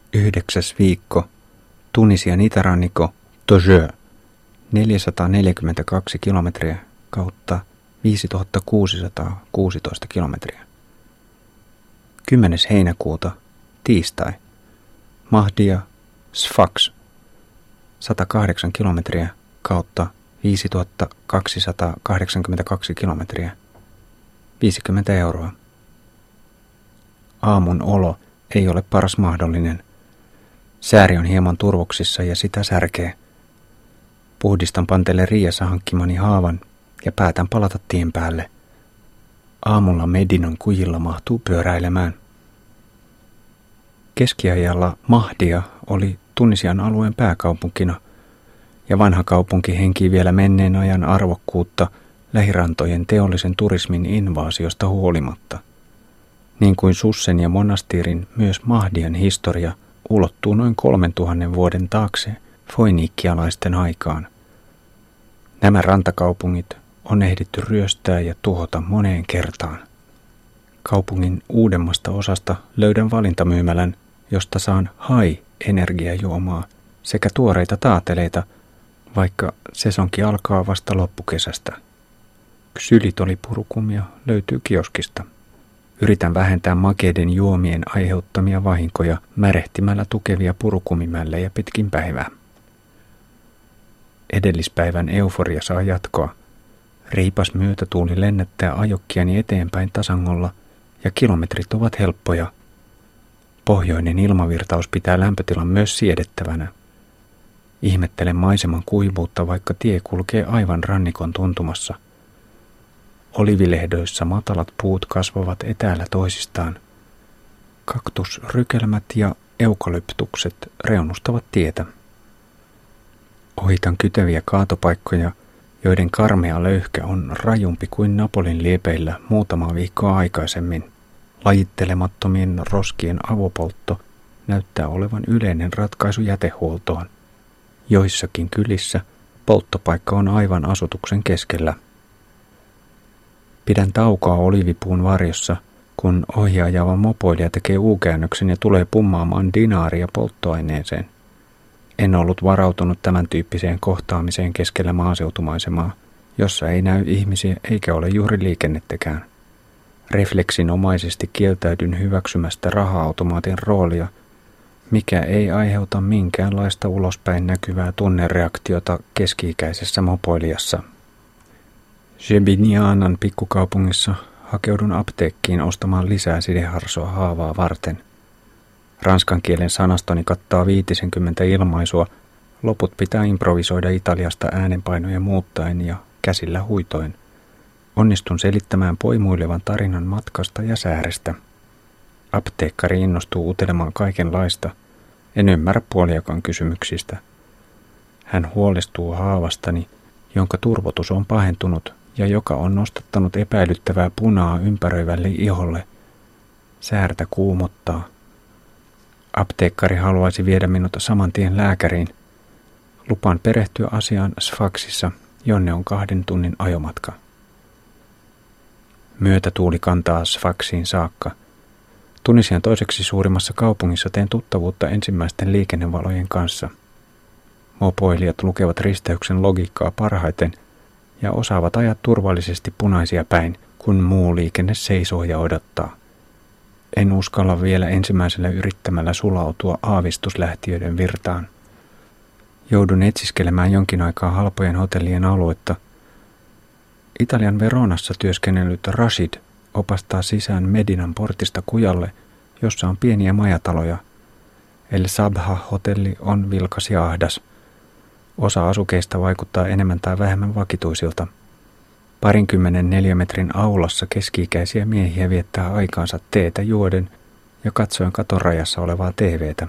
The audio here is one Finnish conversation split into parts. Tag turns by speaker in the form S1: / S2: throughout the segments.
S1: 9. viikko. Tunisian itärannikko Tanger. 442 kilometriä kautta 5616 kilometriä. 10. heinäkuuta. Tiistai. Mahdia Sfax. 108 kilometriä kautta 5282 kilometriä. 50 euroa. Aamun olo ei ole paras mahdollinen. Sääri on hieman turvoksissa ja sitä särkee. Puhdistan Pantele Riassa hankkimani haavan ja päätän palata tien päälle. Aamulla Medinan kujilla mahtuu pyöräilemään. Keskiajalla Mahdia oli Tunisian alueen pääkaupunkina, ja vanha kaupunki henkii vielä menneen ajan arvokkuutta lähirantojen teollisen turismin invaasiosta huolimatta. Niin kuin Sussen ja Monastirin, myös Mahdian historia ulottuu noin 3000 vuoden taakse foiniikkialaisten aikaan. Nämä rantakaupungit on ehditty ryöstää ja tuhota moneen kertaan. Kaupungin uudemmasta osasta löydän valintamyymälän, josta saan energiajuomaa sekä tuoreita taateleita, vaikka sesonki alkaa vasta loppukesästä. Ksylitolipurukumia löytyy kioskista. Yritän vähentää makeiden juomien aiheuttamia vahinkoja märehtimällä tukevia purukumimällejä pitkin päivää. Edellispäivän euforia saa jatkoa. Reipas myötätuuli lennättää ajokkiani eteenpäin tasangolla ja kilometrit ovat helppoja. Pohjoinen ilmavirtaus pitää lämpötilan myös siedettävänä. Ihmettelen maiseman kuivuutta, vaikka tie kulkee aivan rannikon tuntumassa. Olivilehdoissa matalat puut kasvavat etäällä toisistaan. Kaktusrykelmät ja eukalyptukset reunustavat tietä. Ohitan kyteviä kaatopaikkoja, joiden karmea löyhkä on rajumpi kuin Napolin liepeillä muutama viikkoa aikaisemmin. Lajittelemattomien roskien avopoltto näyttää olevan yleinen ratkaisu jätehuoltoon. Joissakin kylissä polttopaikka on aivan asutuksen keskellä. Pidän taukoa olivipuun varjossa, kun ohjaajava mopoilija tekee U-käännöksen ja tulee pummaamaan dinaaria polttoaineeseen. En ollut varautunut tämän tyyppiseen kohtaamiseen keskellä maaseutumaisemaa, jossa ei näy ihmisiä eikä ole juuri liikennettäkään. Refleksinomaisesti kieltäydyn hyväksymästä raha-automaatin roolia, mikä ei aiheuta minkäänlaista ulospäin näkyvää tunnereaktiota keski-ikäisessä mopoilijassa. Jebinianan pikkukaupungissa hakeudun apteekkiin ostamaan lisää sideharsoa haavaa varten. Ranskan kielen sanastoni kattaa 50 ilmaisua, loput pitää improvisoida Italiasta äänenpainoja muuttaen ja käsillä huitoen. Onnistun selittämään poimuilevan tarinan matkasta ja säärestä. Apteekkari innostuu utelemaan kaikenlaista. En ymmärrä puoliakaan kysymyksistä. Hän huolestuu haavastani, jonka turvotus on pahentunut ja joka on nostattanut epäilyttävää punaa ympäröivälle iholle. Säärtä kuumottaa. Apteekkari haluaisi viedä minut saman tien lääkäriin. Lupaan perehtyä asiaan Sfaxissa, jonne on 2 tunnin ajomatka. Myötätuuli kantaa Sfaxiin saakka. Tunisian toiseksi suurimmassa kaupungissa teen tuttavuutta ensimmäisten liikennevalojen kanssa. Mopoilijat lukevat risteyksen logiikkaa parhaiten ja osaavat ajaa turvallisesti punaisia päin, kun muu liikenne seisoo ja odottaa. En uskalla vielä ensimmäisellä yrittämällä sulautua aavistuslähtiöiden virtaan. Joudun etsiskelemään jonkin aikaa halpojen hotellien aluetta. Italian Veronassa työskennellyt Rashid opastaa sisään Medinan portista kujalle, jossa on pieniä majataloja. El Sabha-hotelli on vilkas ja ahdas. Osa asukeista vaikuttaa enemmän tai vähemmän vakituisilta. 24 metrin aulassa keski-ikäisiä miehiä viettää aikaansa teetä juoden ja katsoen katorajassa olevaa TVtä.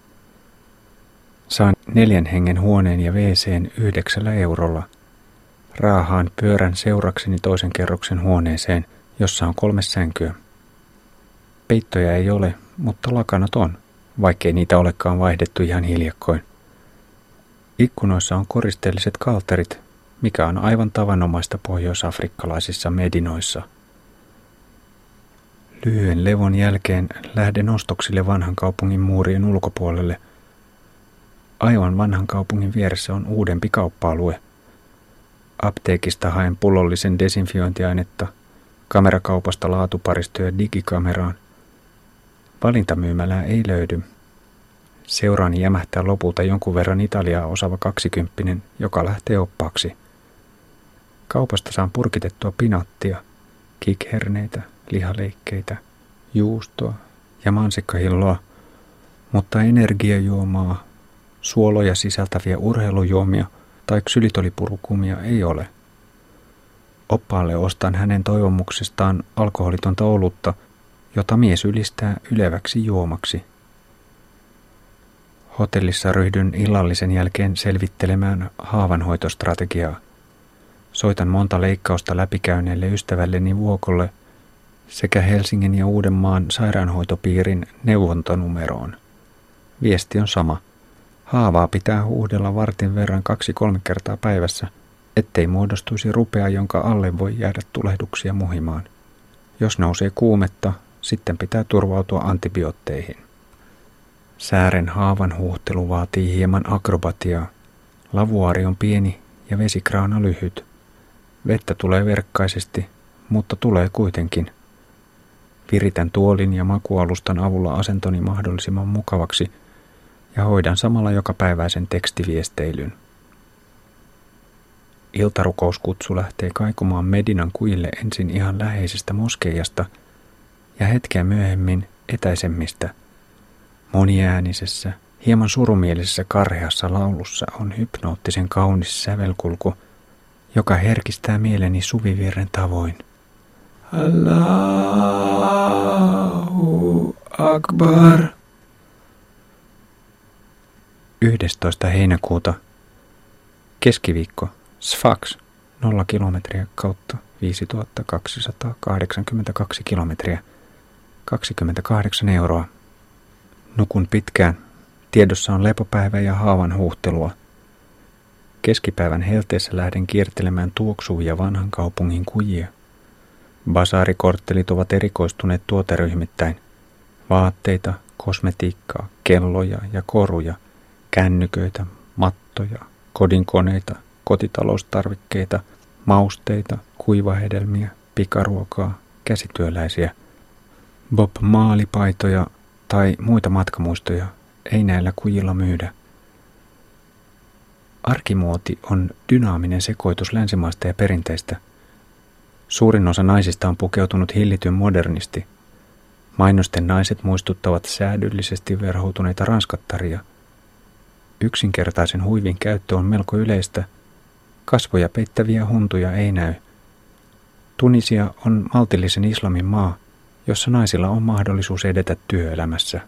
S1: Saan 4 hengen huoneen ja WC:n 9 eurolla. Raahaan pyörän seurakseni toisen kerroksen huoneeseen, jossa on 3 sänkyä. Peittoja ei ole, mutta lakanat on, vaikkei niitä olekaan vaihdettu ihan hiljakkoin. Ikkunoissa on koristeelliset kalterit, mikä on aivan tavanomaista pohjoisafrikkalaisissa medinoissa. Lyhyen levon jälkeen lähden ostoksille vanhan kaupungin muurien ulkopuolelle. Aivan vanhan kaupungin vieressä on uudempi kauppa-alue. Apteekista haen pullollisen desinfiointiainetta, kamerakaupasta laatuparistoja digikameraan. Valintamyymälää ei löydy. Seuraani jämähtää lopulta jonkun verran Italiaa osaava 20, joka lähtee oppaaksi. Kaupasta saan purkitettua pinattia, kikherneitä, lihaleikkeitä, juustoa ja mansikkahilloa, mutta energiajuomaa, suoloja sisältäviä urheilujuomia tai ksylitolipurukumia ei ole. Oppaalle ostan hänen toivomuksestaan alkoholitonta olutta, jota mies ylistää yleväksi juomaksi. Hotellissa ryhdyn illallisen jälkeen selvittelemään haavanhoitostrategiaa. Soitan monta leikkausta läpikäyneelle ystävälleni Vuokolle sekä Helsingin ja Uudenmaan sairaanhoitopiirin neuvontanumeroon. Viesti on sama. Haavaa pitää huuhdella vartin verran 2-3 kertaa päivässä, ettei muodostuisi rupea, jonka alle voi jäädä tulehduksia muhimaan. Jos nousee kuumetta, sitten pitää turvautua antibiootteihin. Säären haavan huuhtelu vaatii hieman akrobatiaa. Lavuaari on pieni ja vesikraana lyhyt. Vettä tulee verkkaisesti, mutta tulee kuitenkin. Viritän tuolin ja makualustan avulla asentoni mahdollisimman mukavaksi ja hoidan samalla jokapäiväisen tekstiviesteilyn. Iltarukouskutsu lähtee kaikumaan Medinan kujille ensin ihan läheisestä moskeijasta ja hetkeä myöhemmin etäisemmistä. Moniäänisessä, hieman surumielisessä karheassa laulussa on hypnoottisen kaunis sävelkulku, joka herkistää mieleni suvivirren tavoin. Allahu Akbar. 11. heinäkuuta. Keskiviikko. Sfax. 0 kilometriä kautta 5282 kilometriä. 28 €. Nukun pitkään. Tiedossa on lepopäivä ja haavan huuhtelua. Keskipäivän helteessä lähden kiertelemään tuoksuvia vanhan kaupungin kujia. Basaarikorttelit ovat erikoistuneet tuoteryhmittäin. Vaatteita, kosmetiikkaa, kelloja ja koruja, kännyköitä, mattoja, kodinkoneita, kotitaloustarvikkeita, mausteita, kuivahedelmiä, pikaruokaa, käsityöläisiä. Bob Marley-paitoja tai muita matkamuistoja ei näillä kujilla myydä. Arkimuoti on dynaaminen sekoitus länsimaista ja perinteistä. Suurin osa naisista on pukeutunut hillityn modernisti. Mainosten naiset muistuttavat säädyllisesti verhoutuneita ranskattaria. Yksinkertaisen huivin käyttö on melko yleistä. Kasvoja peittäviä huntuja ei näy. Tunisia on maltillisen islamin maa, jossa naisilla on mahdollisuus edetä työelämässä.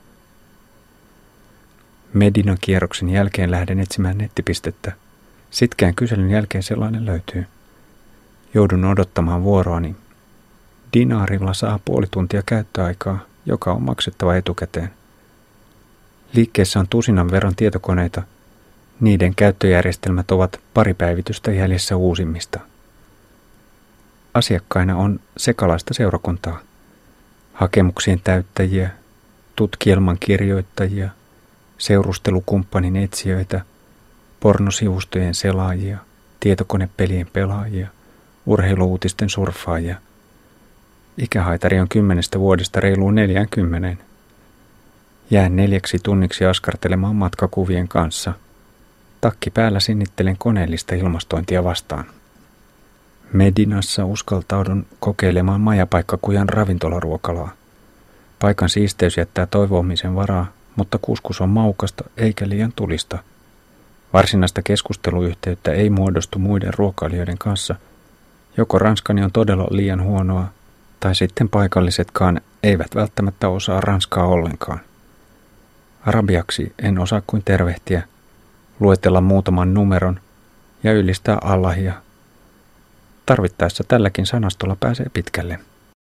S1: Medina-kierroksen jälkeen lähden etsimään nettipistettä. Sitkään kyselyn jälkeen sellainen löytyy. Joudun odottamaan vuoroani. Dinaarilla saa puoli tuntia käyttöaikaa, joka on maksettava etukäteen. Liikkeessä on tusinan verran tietokoneita. Niiden käyttöjärjestelmät ovat pari päivitystä jäljessä uusimmista. Asiakkaina on sekalaista seurakuntaa. Hakemuksien täyttäjiä, tutkielman kirjoittajia, seurustelukumppanin etsijöitä, pornosivustojen selaajia, tietokonepelien pelaajia, urheiluuutisten surffaajia. Ikähaitari on 10 vuodesta reiluun 40. Jään 4 tunniksi askartelemaan matkakuvien kanssa. Takki päällä sinnittelen koneellista ilmastointia vastaan. Medinassa uskaltaudun kokeilemaan majapaikkakujan ravintolaruokalaa. Paikan siisteys jättää toivomisen varaa, mutta kuskus on maukasta eikä liian tulista. Varsinaista keskusteluyhteyttä ei muodostu muiden ruokailijoiden kanssa. Joko ranskani on todella liian huonoa, tai sitten paikallisetkaan eivät välttämättä osaa ranskaa ollenkaan. Arabiaksi en osaa kuin tervehtiä, luetella muutaman numeron ja ylistää Allahia. Tarvittaessa tälläkin sanastolla pääsee pitkälle.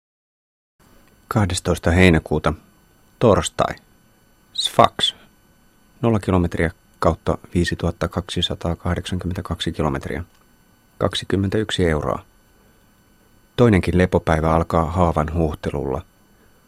S1: 12. heinäkuuta. Torstai. Sfax. 0 kilometriä kautta 5282 kilometriä. 21 €. Toinenkin lepopäivä alkaa haavan huuhtelulla.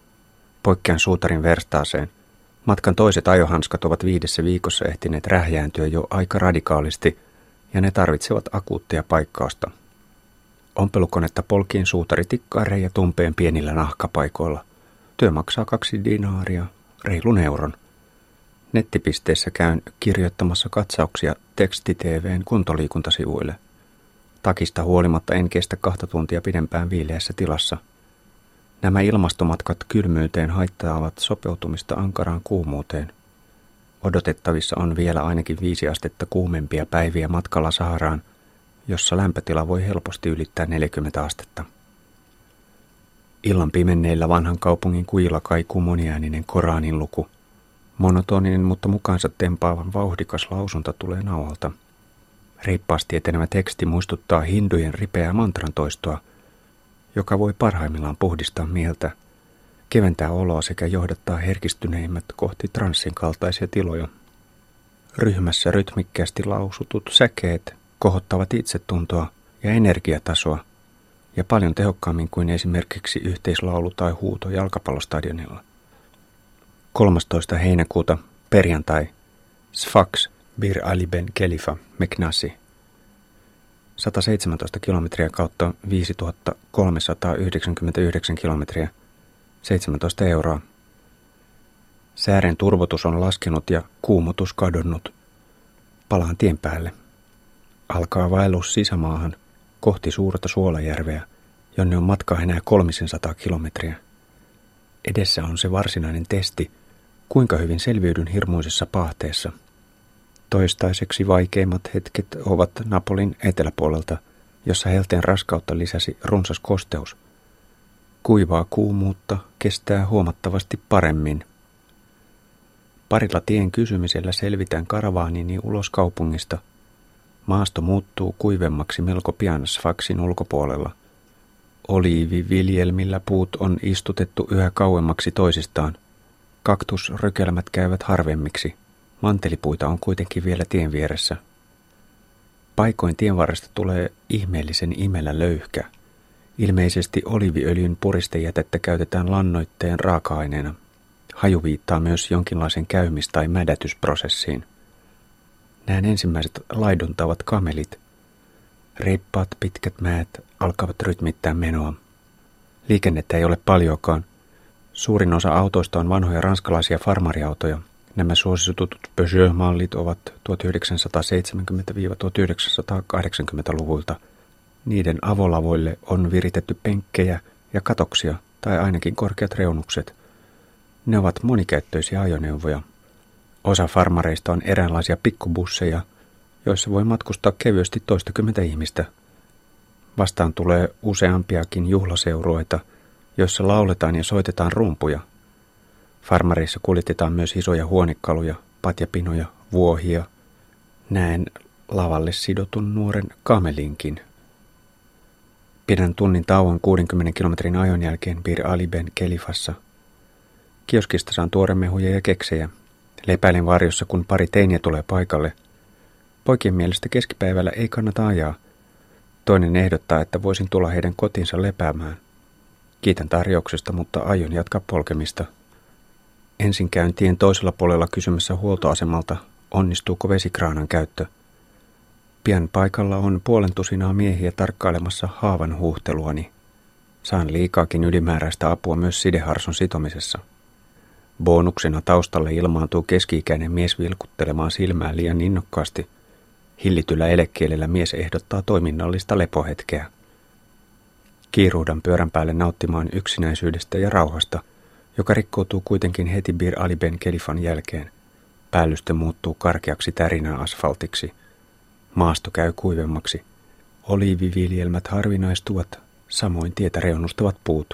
S1: Poikkean suutarin verstaaseen. Matkan toiset ajohanskat ovat 5 viikossa ehtineet rähjääntyä jo aika radikaalisti, ja ne tarvitsevat akuuttia paikkausta. Ompelukonetta polkiin suutari tikkaa reijät umpeen pienillä nahkapaikoilla. Työ maksaa 2 dinaaria, reilun euron. Nettipisteessä käyn kirjoittamassa katsauksia teksti-TV:n kuntoliikuntasivuille. Takista huolimatta en kestä 2 tuntia pidempään viileässä tilassa. Nämä ilmastomatkat kylmyyteen haittaavat sopeutumista ankaraan kuumuuteen. Odotettavissa on vielä ainakin 5 astetta kuumempia päiviä matkalla Saharaan, jossa lämpötila voi helposti ylittää 40 astetta. Illan pimenneillä vanhan kaupungin kujilla kaikuu moniääninen Koranin luku. Monotoninen, mutta mukaansa tempaavan vauhdikas lausunta tulee nauhalta. Reippaasti etenevä teksti muistuttaa hindujen ripeää mantran toistoa, joka voi parhaimmillaan puhdistaa mieltä, keventää oloa sekä johdattaa herkistyneimmät kohti transsin kaltaisia tiloja. Ryhmässä rytmikkäästi lausutut säkeet kohottavat itsetuntoa ja energiatasoa, ja paljon tehokkaammin kuin esimerkiksi yhteislaulu tai huuto jalkapallostadionilla. 13. heinäkuuta, perjantai, Sfax, Bir Ali Ben Khalifa, Meknasi. 117 kilometriä kautta 5399 kilometriä, 17 euroa. Säären turvotus on laskenut ja kuumutus kadonnut. Palaan tien päälle. Alkaa vaellus sisämaahan kohti suurta Suolajärveä, jonne on matkaa enää 300 kilometriä. Edessä on se varsinainen testi, kuinka hyvin selviydyn hirmuisessa paahteessa. Toistaiseksi vaikeimmat hetket ovat Napolin eteläpuolelta, jossa helteen raskautta lisäsi runsas kosteus. Kuivaa kuumuutta kestää huomattavasti paremmin. Parilla tien kysymisellä selvitään karavaanini ulos kaupungista. Maasto muuttuu kuivemmaksi melko pian Sfaxin ulkopuolella. Oliiviviljelmillä puut on istutettu yhä kauemmaksi toisistaan. Kaktusrykelmät käyvät harvemmiksi. Mantelipuita on kuitenkin vielä tien vieressä. Paikoin tienvarresta tulee ihmeellisen imelä löyhkä. Ilmeisesti oliiviöljyn puristejätettä käytetään lannoitteen raaka-aineena. Haju viittaa myös jonkinlaisen käymis- tai mädätysprosessiin. Näen ensimmäiset laiduntavat kamelit. Reippaat pitkät määt alkavat rytmittää menoa. Liikennettä ei ole paljoakaan. Suurin osa autoista on vanhoja ranskalaisia farmariautoja. Nämä suositut Peugeot-mallit ovat 1970-1980-luvulta. Niiden avolavoille on viritetty penkkejä ja katoksia tai ainakin korkeat reunukset. Ne ovat monikäyttöisiä ajoneuvoja. Osa farmareista on eräänlaisia pikkubusseja, joissa voi matkustaa kevyesti toistakymmentä ihmistä. Vastaan tulee useampiakin juhlaseurueita, joissa lauletaan ja soitetaan rumpuja. Farmareissa kuljetetaan myös isoja huonekaluja, patjapinoja, vuohia. Näen lavalle sidotun nuoren kamelinkin. Pidän tunnin tauon 60 kilometrin ajon jälkeen Bir Ali Ben Khalifassa. Kioskista saan tuoremehuja ja keksejä. Lepäilen varjossa, kun pari teiniä tulee paikalle. Poikien mielestä keskipäivällä ei kannata ajaa. Toinen ehdottaa, että voisin tulla heidän kotiinsa lepäämään. Kiitän tarjouksesta, mutta aion jatkaa polkemista. Ensin käyn tien toisella puolella kysymässä huoltoasemalta, onnistuuko vesikraanan käyttö. Pian paikalla on 200 miehiä tarkkailemassa haavan huuhteluani. Saan liikaakin ylimääräistä apua myös sideharson sitomisessa. Bonuksena taustalle ilmaantuu keski-ikäinen mies vilkuttelemaan silmää liian innokkaasti. Hillityllä elekielellä mies ehdottaa toiminnallista lepohetkeä. Kiiruhdan pyörän päälle nauttimaan yksinäisyydestä ja rauhasta, joka rikkoutuu kuitenkin heti Bir Ali Ben Khalifan jälkeen. Päällyste muuttuu karkeaksi tärinä asfaltiksi. Maasto käy kuivemmaksi. Oliiviviljelmät harvinaistuvat, samoin tietä reunustavat puut.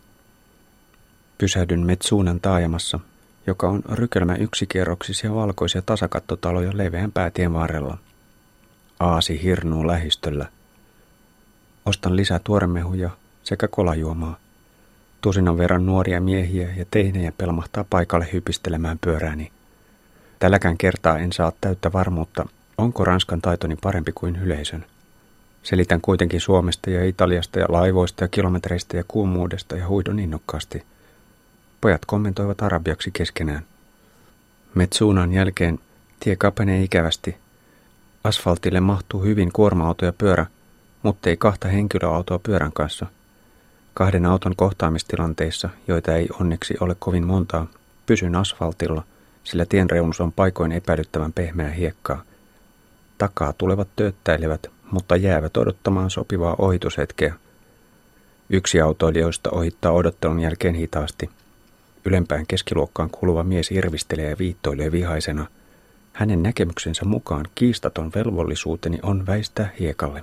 S1: Pysähdyn Metsuunan taajamassa, joka on rykelmä yksikerroksisia valkoisia tasakattotaloja leveän päätien varrella. Aasi hirnuu lähistöllä. Ostan lisää tuoremehuja sekä kolajuomaa. Tusinan verran nuoria miehiä ja teinejä pelmahtaa paikalle hypistelemään pyörääni. Tälläkään kertaa en saa täyttä varmuutta, onko ranskan taitoni parempi kuin yleisön. Selitän kuitenkin Suomesta ja Italiasta ja laivoista ja kilometreistä ja kuumuudesta ja huidon innokkaasti. Pojat kommentoivat arabiaksi keskenään. Metsuunan jälkeen tie kapenee ikävästi. Asfaltille mahtuu hyvin kuorma-auto ja pyörä, mutta ei 2 henkilöautoa pyörän kanssa. 2 auton kohtaamistilanteissa, joita ei onneksi ole kovin montaa, pysyn asfaltilla, sillä tien reunus on paikoin epäilyttävän pehmeää hiekkaa. Takaa tulevat tööttäilevät, mutta jäävät odottamaan sopivaa ohitushetkeä. Yksi autoilijoista ohittaa odottelun jälkeen hitaasti. Ylempään keskiluokkaan kuuluva mies irvistelee ja viittoilee vihaisena. Hänen näkemyksensä mukaan kiistaton velvollisuuteni on väistää hiekalle.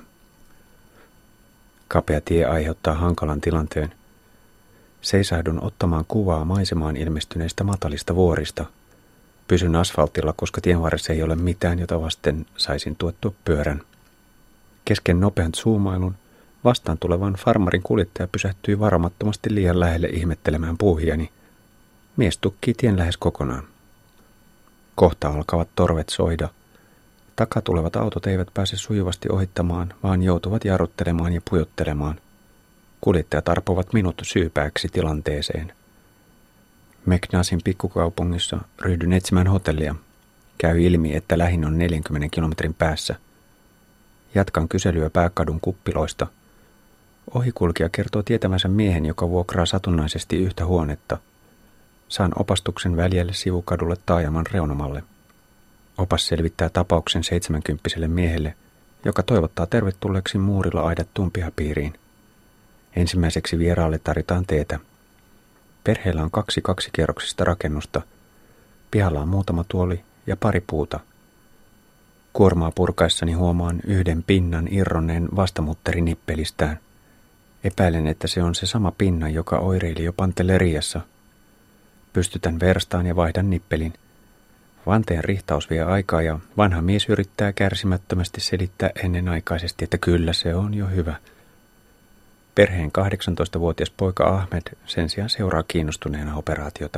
S1: Kapea tie aiheuttaa hankalan tilanteen. Seisahdun ottamaan kuvaa maisemaan ilmestyneistä matalista vuorista. Pysyn asfaltilla, koska tienvarressa ei ole mitään, jota vasten saisin tuettua pyörän. Kesken nopean zoomailun vastaan tulevan farmarin kuljettaja pysähtyy varomattomasti liian lähelle ihmettelemään puuhiani. Mies tukkii tien lähes kokonaan. Kohta alkavat torvet soida. Takaa tulevat autot eivät pääse sujuvasti ohittamaan, vaan joutuvat jarruttelemaan ja pujottelemaan. Kuljettajat arpovat minut syypääksi tilanteeseen. Meknasin pikkukaupungissa ryhdyn etsimään hotellia. Käy ilmi, että lähin on 40 kilometrin päässä. Jatkan kyselyä pääkadun kuppiloista. Ohikulkija kertoo tietämänsä miehen, joka vuokraa satunnaisesti yhtä huonetta. Saan opastuksen väljälle sivukadulle taajaman reunamalle. Opas selvittää tapauksen 70-vuotiaalle miehelle, joka toivottaa tervetulleeksi muurilla aidattuun pihapiiriin. Ensimmäiseksi vieraalle tarjotaan teetä. Perheellä on 2 kaksikerroksista rakennusta. Pihalla on muutama tuoli ja 2 puuta. Kuormaa purkaessani huomaan 1 pinnan irronneen vastamutteri-nippelistään. Epäilen, että se on se sama pinna, joka oireili jo Panteleriassa. Pystytän verstaan ja vaihdan nippelin. Vanteen rihtaus vie aikaa ja vanha mies yrittää kärsimättömästi selittää ennenaikaisesti, että kyllä se on jo hyvä. Perheen 18-vuotias poika Ahmed sen sijaan seuraa kiinnostuneena operaatiota.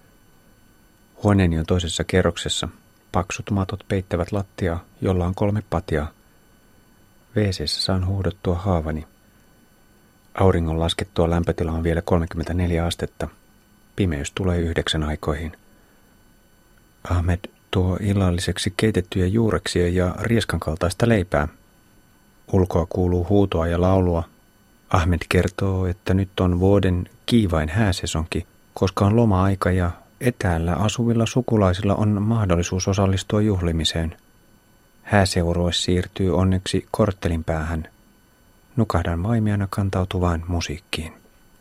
S1: Huoneeni on toisessa kerroksessa. Paksut matot peittävät lattiaa, jolla on 3 patjaa. WC:ssä saan huudottua haavani. Auringon laskettua lämpötila on vielä 34 astetta. Pimeys tulee 9 aikoihin. Ahmed tuo illalliseksi keitettyjä juureksia ja rieskan kaltaista leipää. Ulkoa kuuluu huutoa ja laulua. Ahmed kertoo, että nyt on vuoden kiivain hääsesonki, koska on loma-aika ja etäällä asuvilla sukulaisilla on mahdollisuus osallistua juhlimiseen. Hääseurue siirtyy onneksi korttelin päähän. Nukahdan vaimiana kantautuvaan musiikkiin.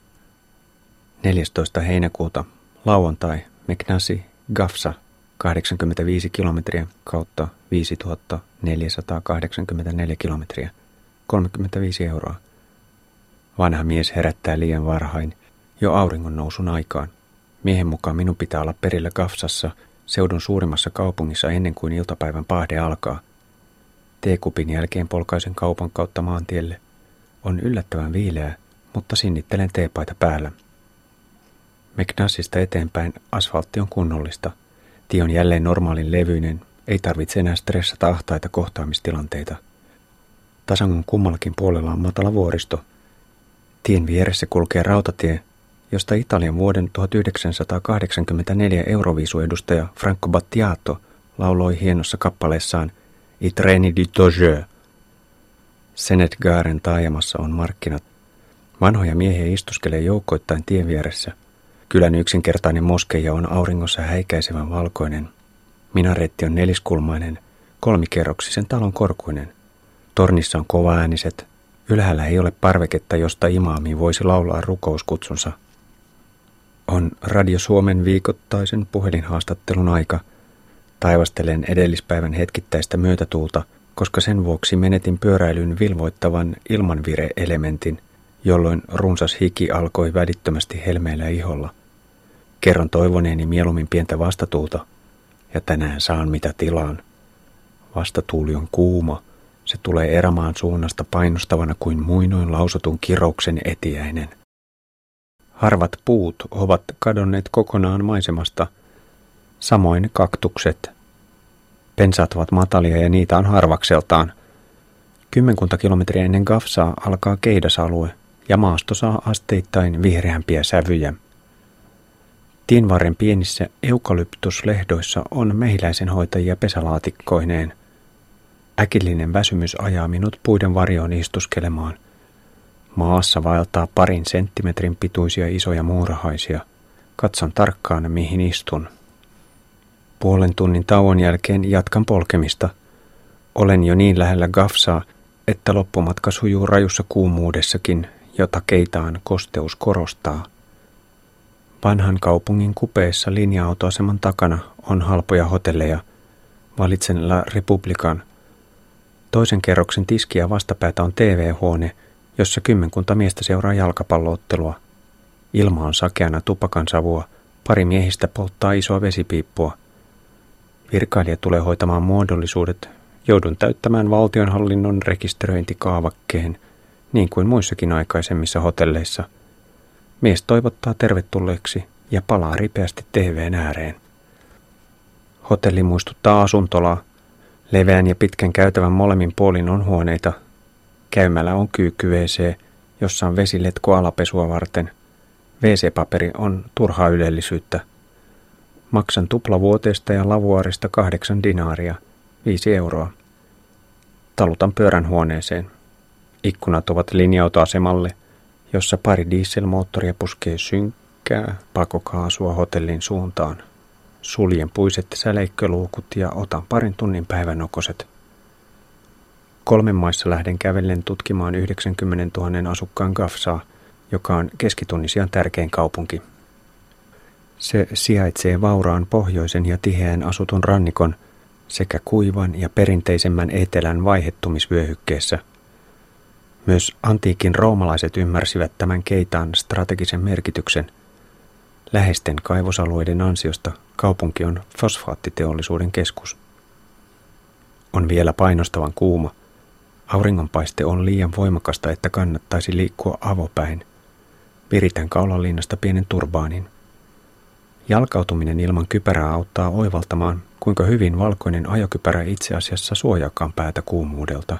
S1: 14. heinäkuuta, lauantai, Meknasi, Gafsa, 85 kilometriä kautta 5484 kilometriä, 35 euroa. Vanha mies herättää liian varhain, jo auringon nousun aikaan. Miehen mukaan minun pitää olla perillä Gafsassa, seudun suurimmassa kaupungissa ennen kuin iltapäivän pahde alkaa. Teekupin jälkeen polkaisen kaupan kautta maantielle. On yllättävän viileää, mutta sinnittelen teepaita päällä. Meknasista eteenpäin asfaltti on kunnollista. Tie on jälleen normaalin levyinen, ei tarvitse enää stressata ahtaita kohtaamistilanteita. Tasangon kummallakin puolella on matala vuoristo. Tien vieressä kulkee rautatie, josta Italian vuoden 1984 Euroviisuedustaja Franco Battiato lauloi hienossa kappaleessaan I treni di Toge. Senetgaren taajamassa on markkinat. Vanhoja miehiä istuskelee joukkoittain tien vieressä. Kylän yksinkertainen moskeija on auringossa häikäisevän valkoinen. Minaretti on 4-kulmainen, 3-kerroksisen talon korkuinen. Tornissa on kovaääniset. Ylhäällä ei ole parveketta, josta imaami voisi laulaa rukouskutsunsa. On Radio Suomen viikoittaisen puhelinhaastattelun aika. Taivastelen edellispäivän hetkittäistä myötätuulta, koska sen vuoksi menetin pyöräilyn vilvoittavan ilmanvire-elementin, jolloin runsas hiki alkoi välittömästi helmeillä iholla. Kerron toivoneeni mieluummin pientä vastatuulta, ja tänään saan mitä tilaan. Vastatuuli on kuuma, se tulee erämaan suunnasta painostavana kuin muinoin lausutun kirouksen etiäinen. Harvat puut ovat kadonneet kokonaan maisemasta, samoin kaktukset. Pensaat ovat matalia ja niitä on harvakseltaan. 10 kilometriä ennen Gafsaa alkaa keidasalue ja maasto saa asteittain vihreämpiä sävyjä. Tienvarren pienissä eukalyptuslehdoissa on mehiläisenhoitajia pesälaatikkoineen. Äkillinen väsymys ajaa minut puiden varjoon istuskelemaan. Maassa vaeltaa 2 senttimetrin pituisia isoja muurahaisia. Katson tarkkaan, mihin istun. 0,5 tunnin tauon jälkeen jatkan polkemista. Olen jo niin lähellä Gafsaa, että loppumatka sujuu rajussa kuumuudessakin, jota Keitaan kosteus korostaa. Vanhan kaupungin kupeessa linja-autoaseman takana on halpoja hotelleja. Valitsen La Republican. Toisen kerroksen tiskiä vastapäätä on TV-huone, jossa 10 miestä seuraa jalkapalloottelua. Ilma on sakeana tupakansavua, 2 miehistä polttaa isoa vesipiippua. Virkailija tulee hoitamaan muodollisuudet. Joudun täyttämään valtionhallinnon rekisteröintikaavakkeen, niin kuin muissakin aikaisemmissa hotelleissa. Mies toivottaa tervetulleeksi ja palaa ripeästi TV:n ääreen. Hotelli muistuttaa asuntolaa. Leveän ja pitkän käytävän molemmin puolin on huoneita. Käymällä on kyykky-WC, jossa on vesiletku alapesua varten. WC-paperi on turhaa ylellisyyttä. Maksan tuplavuoteesta ja lavuaarista 8 dinaaria, 5 euroa. Talutan pyörän huoneeseen. Ikkunat ovat linja-autoasemalle, jossa 2 dieselmoottoria puskee synkkää pakokaasua hotellin suuntaan. Suljen puiset säleikköluukut ja otan 2 tunnin päivänokoset. 3 maissa lähden kävellen tutkimaan 90 000 asukkaan Gafsaa, joka on Keski-Tunisian tärkein kaupunki. Se sijaitsee vauraan pohjoisen ja tiheän asutun rannikon sekä kuivan ja perinteisemmän etelän vaihettumisvyöhykkeessä. Myös antiikin roomalaiset ymmärsivät tämän Keitaan strategisen merkityksen. Läheisten kaivosalueiden ansiosta kaupunki on fosfaattiteollisuuden keskus. On vielä painostavan kuuma. Auringonpaiste on liian voimakasta, että kannattaisi liikkua avopäin. Viritän kaulalinnasta pienen turbaanin. Jalkautuminen ilman kypärää auttaa oivaltamaan, kuinka hyvin valkoinen ajokypärä itse asiassa suojaakaan päätä kuumuudelta.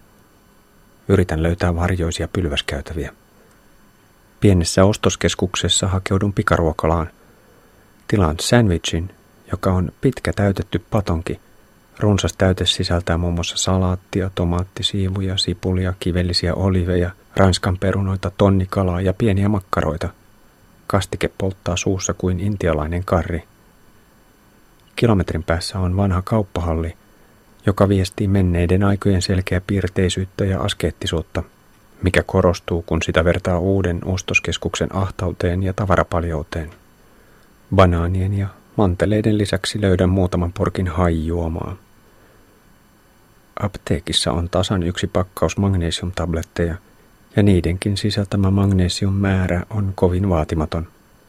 S1: Yritän löytää varjoisia pylväskäytäviä. Pienessä ostoskeskuksessa hakeudun pikaruokalaan. Tilaan sandwichin, joka on pitkä täytetty patonki. Runsas täyte sisältää muun muassa salaattia, tomaattisiivuja, sipulia, kivellisiä oliveja, ranskan perunoita, tonnikalaa ja pieniä makkaroita. Kastike polttaa suussa kuin intialainen karri. Kilometrin päässä on vanha kauppahalli, joka viestii menneiden aikojen selkeäpiirteisyyttä ja askeettisuutta, mikä korostuu, kun sitä vertaa uuden ostoskeskuksen ahtauteen ja tavarapaljouteen. Banaanien ja manteleiden lisäksi löydän muutaman porkin haijuomaa. Apteekissa on tasan 1 pakkaus magnesiumtabletteja, ja niidenkin sisältämä magnesiummäärä on kovin vaatimaton.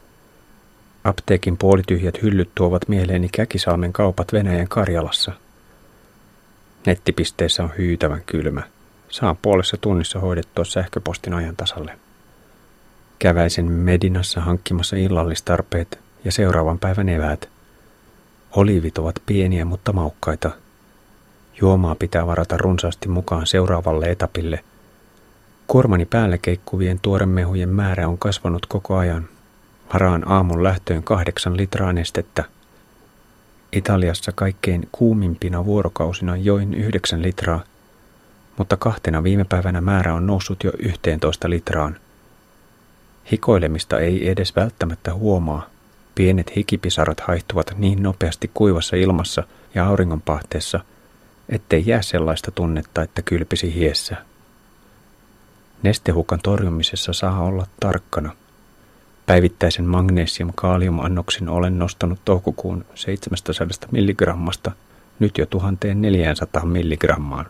S1: Apteekin puolityhjät hyllyt tuovat mieleeni Käkisalmen kaupat Venäjän Karjalassa. Nettipisteessä on hyytävän kylmä. Saan 0,5 tunnissa hoidettua sähköpostin ajan tasalle. Käväisen Medinassa hankkimassa illallistarpeet ja seuraavan päivän eväät. Oliivit ovat pieniä, mutta maukkaita. Juomaa pitää varata runsaasti mukaan seuraavalle etapille. Kuormani päällä keikkuvien tuoremehujen määrä on kasvanut koko ajan. Varaan aamun lähtöön 8 litraa nestettä. Italiassa kaikkein kuumimpina vuorokausina join 9 litraa, mutta 2 viime päivänä määrä on noussut jo 11 litraan. Hikoilemista ei edes välttämättä huomaa. Pienet hikipisarat haihtuvat niin nopeasti kuivassa ilmassa ja auringonpahteessa, ettei jää sellaista tunnetta, että kylpisi hiessä. Nestehukan torjumisessa saa olla tarkkana. Päivittäisen magnesium-kaaliumannoksen olen nostanut toukokuun 700 milligrammasta nyt jo 1400 milligrammaan.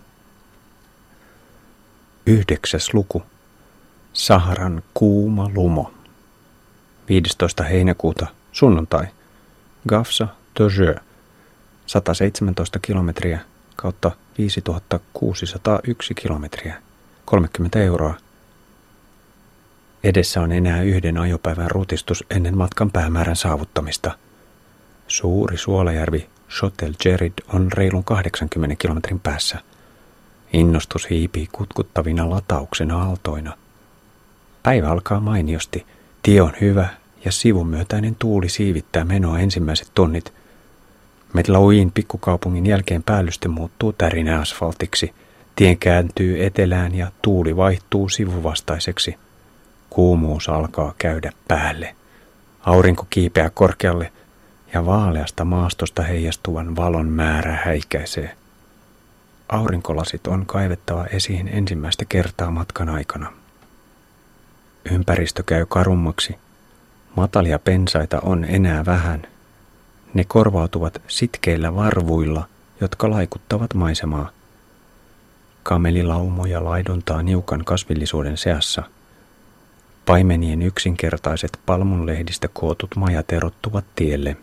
S1: 9. luku. Saharan kuuma lumo. 15. heinäkuuta, sunnuntai. Gafsa, Tozeur, 117 kilometriä kautta 5601 kilometriä, 30 euroa. Edessä on enää 1 ajopäivän rutistus ennen matkan päämäärän saavuttamista. Suuri suolajärvi Chotel Jerid on reilun 80 kilometrin päässä. Innostus hiipii kutkuttavina latauksen aaltoina. Päivä alkaa mainiosti. Tie on hyvä ja sivumyötäinen tuuli siivittää menoa ensimmäiset tunnit. Medlouin pikkukaupungin jälkeen päällyste muuttuu tärinäasfaltiksi. Tien kääntyy etelään ja tuuli vaihtuu sivuvastaiseksi. Kuumuus alkaa käydä päälle. Aurinko kiipeää korkealle ja vaaleasta maastosta heijastuvan valon määrä häikäisee. Aurinkolasit on kaivettava esiin ensimmäistä kertaa matkan aikana. Ympäristö käy karummaksi. Matalia pensaita on enää vähän. Ne korvautuvat sitkeillä varvuilla, jotka laikuttavat maisemaa. Kamelilaumoja laiduntaa niukan kasvillisuuden seassa. Paimenien yksinkertaiset palmunlehdistä kootut majat erottuvat tielle.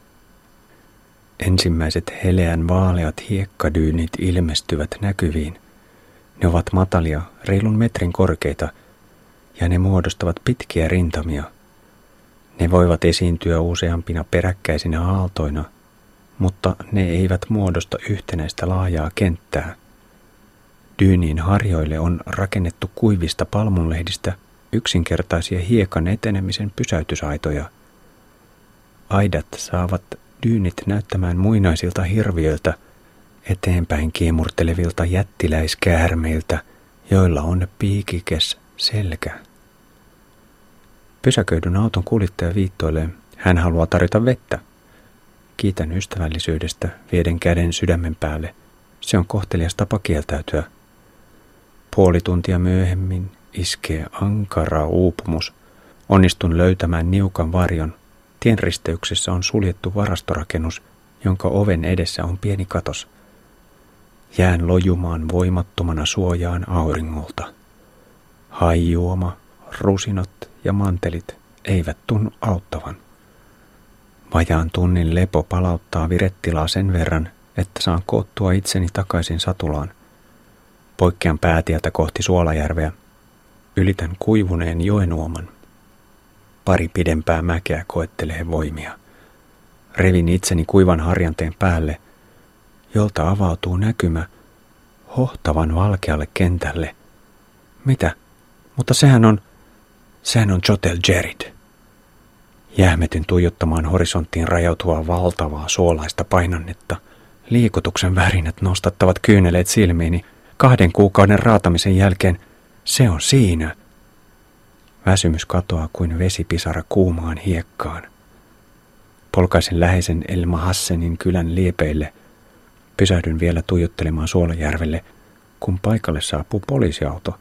S1: Ensimmäiset heleän vaaleat hiekkadyynit ilmestyvät näkyviin. Ne ovat matalia, reilun metrin korkeita, ja ne muodostavat pitkiä rintamia. Ne voivat esiintyä useampina peräkkäisinä aaltoina, mutta ne eivät muodosta yhtenäistä laajaa kenttää. Dyynin harjoille on rakennettu kuivista palmunlehdistä yksinkertaisia hiekan etenemisen pysäytysaitoja. Aidat saavat dyynit näyttämään muinaisilta hirviöiltä, eteenpäin kiemurtelevilta jättiläiskäärmeiltä, joilla on piikikäs selkä. Pysäköidyn auton kuljettaja viittoilee, hän haluaa tarjota vettä. Kiitän ystävällisyydestä, vieden käden sydämen päälle. Se on kohtelias tapa kieltäytyä. Puoli tuntia myöhemmin iskee ankara uupumus. Onnistun löytämään niukan varjon. Tien risteyksessä on suljettu varastorakennus, jonka oven edessä on pieni katos. Jään lojumaan voimattomana suojaan auringolta. Haijuoma, rusinot ja mantelit eivät tunnu auttavan. Vajaan tunnin lepo palauttaa virettilaa sen verran, että saan koottua itseni takaisin satulaan. Poikkean päätieltä kohti Suolajärveä. Ylitän kuivuneen joenuoman. Pari pidempää mäkeä koettelee voimia. Revin itseni kuivan harjanteen päälle, jolta avautuu näkymä hohtavan valkealle kentälle. Mitä? Mutta sehän on Chotel Jerid. Jäämetyn tuijottamaan horisonttiin rajautuvaa valtavaa suolaista painannetta. Liikutuksen värinät nostattavat kyyneleet silmiini. 2 kuukauden raatamisen jälkeen se on siinä. Väsymys katoaa kuin vesipisara kuumaan hiekkaan. Polkaisen läheisen Elma Hassenin kylän liepeille. Pysähdyn vielä tuijottelemaan Suolajärvelle, kun paikalle saapuu poliisiauto.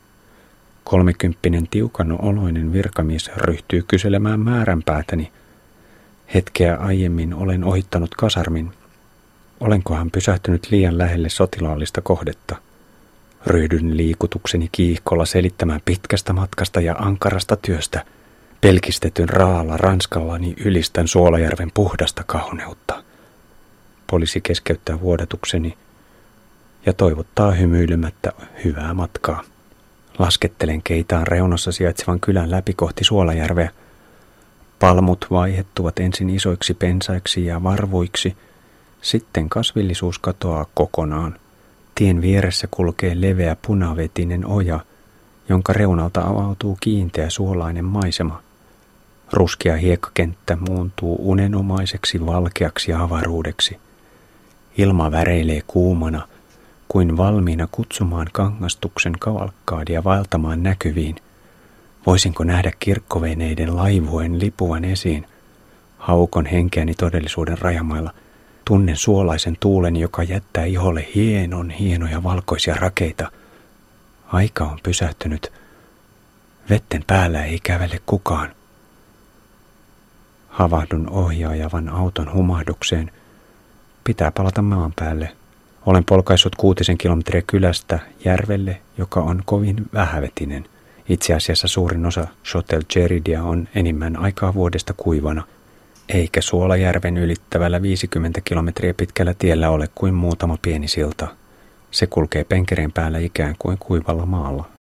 S1: 30 tiukan oloinen virkamies ryhtyy kyselemään määränpäätäni. Hetkeä aiemmin olen ohittanut kasarmin. Olenkohan pysähtynyt liian lähelle sotilaallista kohdetta? Ryhdyn liikutukseni kiihkolla selittämään pitkästä matkasta ja ankarasta työstä. Pelkistetyn raalla ranskallani ylistän Suolajärven puhdasta kauneutta. Poliisi keskeyttää vuodatukseni ja toivottaa hymyilemättä hyvää matkaa. Laskettelen Keitaan reunassa sijaitsevan kylän läpi kohti Suolajärveä. Palmut vaihettuvat ensin isoiksi pensaiksi ja varvuiksi, sitten kasvillisuus katoaa kokonaan. Tien vieressä kulkee leveä punavetinen oja, jonka reunalta avautuu kiinteä suolainen maisema. Ruskea hiekkakenttä muuntuu unenomaiseksi valkeaksi avaruudeksi. Ilma väreilee kuumana, kuin valmiina kutsumaan kangastuksen kavalkkaadia vaeltamaan näkyviin. Voisinko nähdä kirkkoveneiden laivueen lipuvan esiin? Haukon henkeäni todellisuuden rajamailla. Tunnen suolaisen tuulen, joka jättää iholle hienoja valkoisia rakeita. Aika on pysähtynyt. Vetten päällä ei kävele kukaan. Havahdun ohjaajavan auton humahdukseen. Pitää palata maan päälle. Olen polkaissut 6 kilometriä kylästä järvelle, joka on kovin vähävetinen. Itse asiassa suurin osa Chotel Jeridia on enimmän aikaa vuodesta kuivana, eikä Suolajärven ylittävällä 50 kilometriä pitkällä tiellä ole kuin muutama pieni silta. Se kulkee penkereen päällä ikään kuin kuivalla maalla.